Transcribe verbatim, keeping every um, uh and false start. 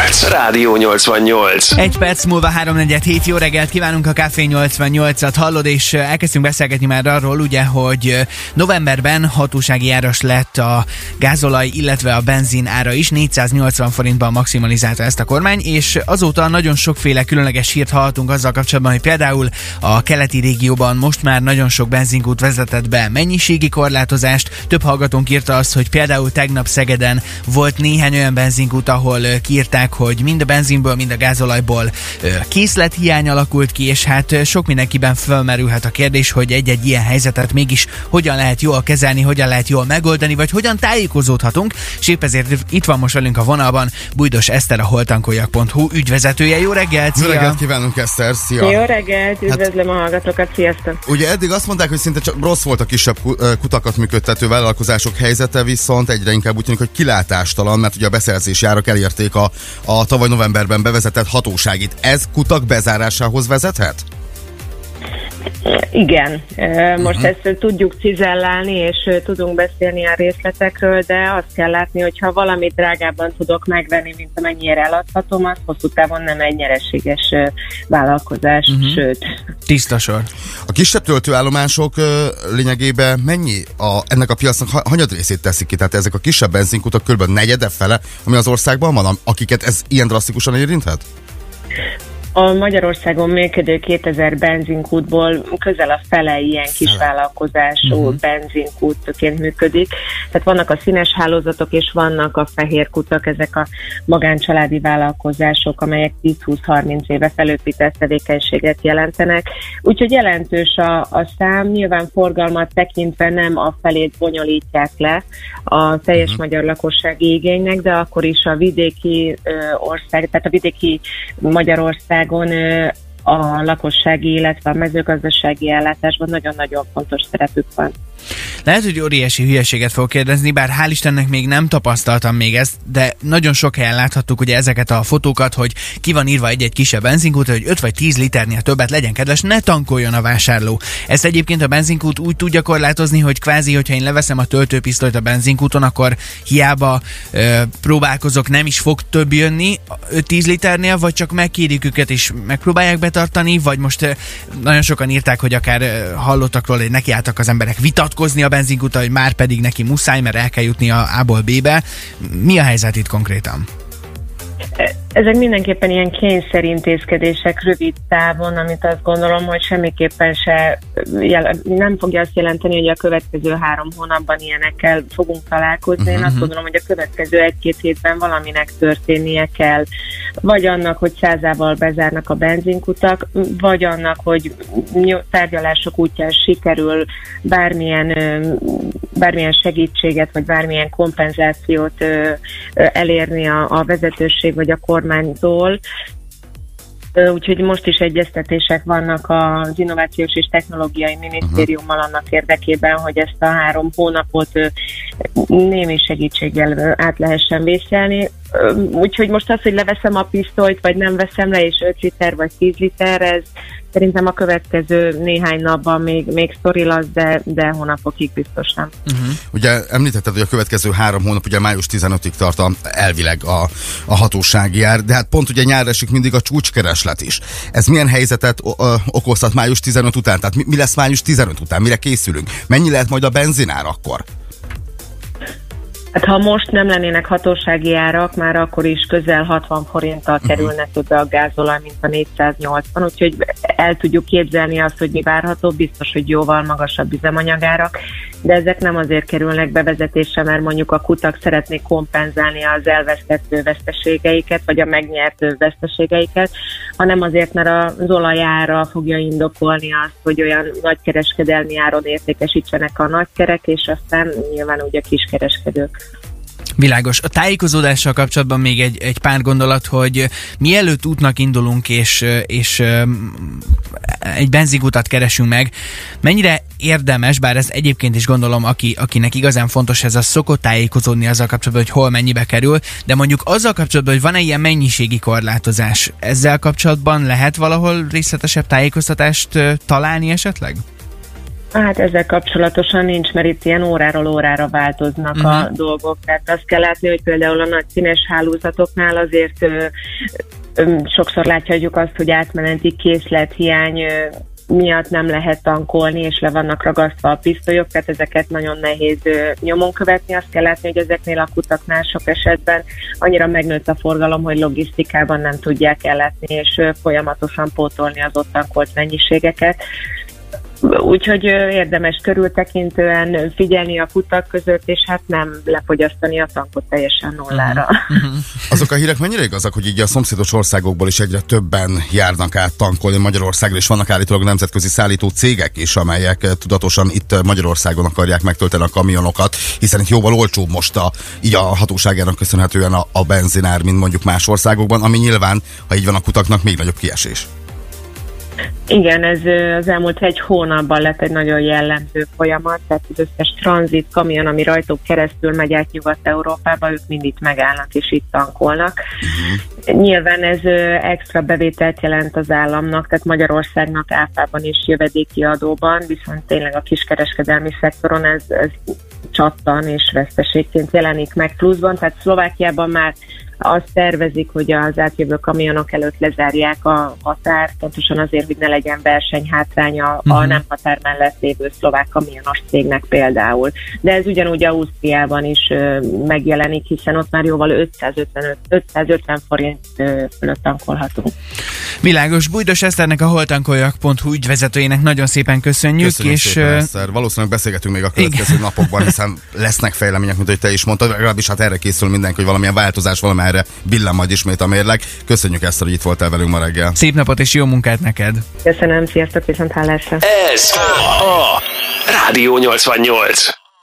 perc. Rádió nyolcvannyolc. Egy perc múlva háromnegyed hét, jó reggelt kívánunk, a Café nyolcvannyolcat hallod, és elkezdtünk beszélgetni már arról, ugye, hogy novemberben hatósági áras lett a gázolaj, illetve a benzin ára is, négyszáznyolcvan forintban maximalizálta ezt a kormány, és azóta nagyon sokféle különleges hírt hallhatunk azzal kapcsolatban, hogy például a keleti régióban most már nagyon sok benzinkút vezetett be mennyiségi korlátozást. Több hallgatónk írta azt, hogy például tegnap Szegeden volt néhány olyan benzinkút, ahol kiírták, hogy mind a benzinből, mind a gázolajból készlethiány alakult ki, és hát sok mindenkiben felmerülhet a kérdés, hogy egy-egy ilyen helyzetet mégis hogyan lehet jól kezelni, hogyan lehet jól megoldani, vagy hogyan tájékozódhatunk, és épp ezért itt van most velünk a vonalban Bújdos Eszter, a holtankoljak pont hu ügyvezetője. Jó reggelt! Szia! Jó reggelt kívánunk, Eszter! Szia! Jó reggelt! Üdvözlöm hát, a hallgatókat! Sziasztok! Ugye eddig azt mondták, hogy szinte csak rossz volt a kisebb kutakat működtető vállalkozások helyzete, viszont egyre inkább úgy tűnik, hogy kilátástalan, mert ugye a beszerzési árak elérték a, a tavaly novemberben bevezetett hatóságit. Ez kutak bezárásához vezethet? Igen, most uh-huh. ezt tudjuk cizellálni, és tudunk beszélni a részletekről, de azt kell látni, hogy ha valamit drágábban tudok megvenni, mint amennyire eladhatom, az hosszú távon nem egy nyereséges vállalkozás, uh-huh. sőt. Tiszta sor. A kisebb töltőállomások lényegében mennyi a, ennek a piacnak hanyad részét teszik ki? Tehát ezek a kisebb benzinkutak kb. Negyede fele, ami az országban van, akiket ez ilyen drasztikusan érinthet? A Magyarországon működő kétezer benzinkútból közel a fele ilyen kisvállalkozású uh-huh. benzinkútként működik. Tehát vannak a színes hálózatok, és vannak a fehér kutak, ezek a magáncsaládi vállalkozások, amelyek tíz-húsz-harminc éve felépített tevékenységet jelentenek. Úgyhogy jelentős a, a szám, nyilván forgalmat tekintve nem a felét bonyolítják le a teljes uh-huh. magyar lakossági igénynek, de akkor is a vidéki ö, ország, tehát a vidéki Magyarország a lakossági, illetve a mezőgazdasági ellátásban nagyon-nagyon fontos szerepük van. Lehet, hogy óriási hülyeséget fogok kérdezni, bár hál' Istennek még nem tapasztaltam még ezt, de nagyon sok helyen láthattuk ugye ezeket a fotókat, hogy ki van írva egy-egy kisebb benzinkútra, hogy öt vagy tíz liternél többet legyen kedves, ne tankoljon a vásárló. Ezt egyébként a benzinkút úgy tudja korlátozni, hogy kvázi, hogyha én leveszem a töltőpisztolyt a benzinkúton, akkor hiába ö, próbálkozok, nem is fog több jönni öt-tíz liternél, vagy csak megkérik őket és megpróbálják betartani, vagy most ö, nagyon sokan írták, hogy akár ö, hallottak róla, hogy nekiálltak az emberek vitatkozni a benzinkúton, hogy már pedig neki muszáj, mert el kell jutni a A-ból B-be. Mi a helyzet itt konkrétan? Ezek mindenképpen ilyen kényszerintézkedések rövid távon, amit azt gondolom, hogy semmiképpen se jel- nem fogja azt jelenteni, hogy a következő három hónapban ilyenekkel fogunk találkozni. Uh-huh. Én azt gondolom, hogy a következő egy-két hétben valaminek történnie kell. Vagy annak, hogy százával bezárnak a benzinkutak, vagy annak, hogy tárgyalások útján sikerül bármilyen, bármilyen segítséget, vagy bármilyen kompenzációt elérni a, a vezetőség, vagy a kormánytól. Úgyhogy most is egyeztetések vannak az Innovációs és Technológiai Minisztériummal annak érdekében, hogy ezt a három hónapot némi segítséggel át lehessen vészelni. Úgyhogy most az, hogy leveszem a pisztolyt, vagy nem veszem le, és öt liter vagy tíz liter, ez szerintem a következő néhány napban még, még sztori lesz, de, de hónapokig biztos nem. Uh-huh. Ugye említetted, hogy a következő három hónap, ugye május tizenötödikéig tart a, elvileg a, a hatósági ár, de hát pont ugye nyárra esik mindig a csúcskereslet is. Ez milyen helyzetet o, o, okozhat május tizenötödike után? Tehát mi, mi lesz május tizenötödike után? Mire készülünk? Mennyi lehet majd a benzinár akkor? Hát ha most nem lennének hatósági árak, már akkor is közel hatvan forinttal kerülne többe a gázolaj, mint a négyszáznyolcvan, úgyhogy el tudjuk képzelni azt, hogy mi várható, biztos, hogy jóval magasabb üzemanyagárak, de ezek nem azért kerülnek bevezetésre, mert mondjuk a kutak szeretnék kompenzálni az elvesztett veszteségeiket, vagy a megnyert veszteségeiket, hanem azért, mert az olajára fogja indokolni azt, hogy olyan nagykereskedelmi áron értékesítsenek a nagykerek, és aztán nyilván ugye a kiskereskedők. Világos. A tájékozódással kapcsolatban még egy, egy pár gondolat, hogy mielőtt útnak indulunk és, és egy benzinkutat keresünk meg, mennyire érdemes, bár ez egyébként is gondolom, aki, akinek igazán fontos ez, az szokott tájékozódni azzal kapcsolatban, hogy hol mennyibe kerül, de mondjuk azzal kapcsolatban, hogy van-e ilyen mennyiségi korlátozás, ezzel kapcsolatban lehet valahol részletesebb tájékoztatást találni esetleg? Hát ezzel kapcsolatosan nincs, mert itt ilyen óráról órára változnak uh-huh. a dolgok. Tehát azt kell látni, hogy például a nagy színes hálózatoknál azért ö, ö, sokszor láthatjuk azt, hogy átmeneti készlethiány ö, miatt nem lehet tankolni, és le vannak ragasztva a pisztolyok, tehát ezeket nagyon nehéz ö, nyomon követni. Azt kell látni, hogy ezeknél a kutaknál sok esetben annyira megnőtt a forgalom, hogy logisztikában nem tudják ellátni, és ö, folyamatosan pótolni az ott tankolt mennyiségeket. Úgyhogy érdemes körültekintően figyelni a kutak között, és hát nem lefogyasztani a tankot teljesen nullára. Uh-huh. Azok a hírek mennyire igazak, hogy így a szomszédos országokból is egyre többen járnak át tankolni Magyarországra, és vannak állítólag nemzetközi szállító cégek is, amelyek tudatosan itt Magyarországon akarják megtölteni a kamionokat, hiszen itt jóval olcsóbb most a, így a hatóságának köszönhetően a, a benzinár, mint mondjuk más országokban, ami nyilván, ha így van a kutaknak, még nagyobb kiesés. Igen, ez az elmúlt egy hónapban lett egy nagyon jellemző folyamat, tehát az összes tranzit kamion, ami rajtuk keresztül megy át Nyugat-Európába, ők mind itt megállnak és itt tankolnak. Uh-huh. Nyilván ez extra bevételt jelent az államnak, tehát Magyarországnak áfában és jövedéki adóban, viszont tényleg a kiskereskedelmi szektoron ez, ez csattan és veszteségként jelenik meg pluszban, tehát Szlovákiában már azt tervezik, hogy az átjövő kamionok előtt lezárják a határt, pontosan azért, hogy ne legyen versenyhátránya uh-huh. a nem határ mellett lévő szlovák kamionos cégnek például. De ez ugyanúgy Ausztriában is ö, megjelenik, hiszen ott már jóval ötszázötvenöt, ötszázötven forint ö, fölött tankolhatunk. Világos. Bújdos Eszternek, a holtankoljak pont hu ügyvezetőjének nagyon szépen köszönjük. Köszönjük és szépen, Eszter. Valószínűleg beszélgetünk még a következő igen. napokban, hiszen lesznek fejlemények, mint hogy te is mondtad, legalábbis hát erre készül mindenki, hogy valamilyen változás, valamerre billen majd ismét a mérleg. Köszönjük, Eszter, hogy itt voltál velünk ma reggel. Szép napot és jó munkát neked! Köszönöm, sziasztok, viszont hallásra! Ez a Rádió nyolcvannyolc.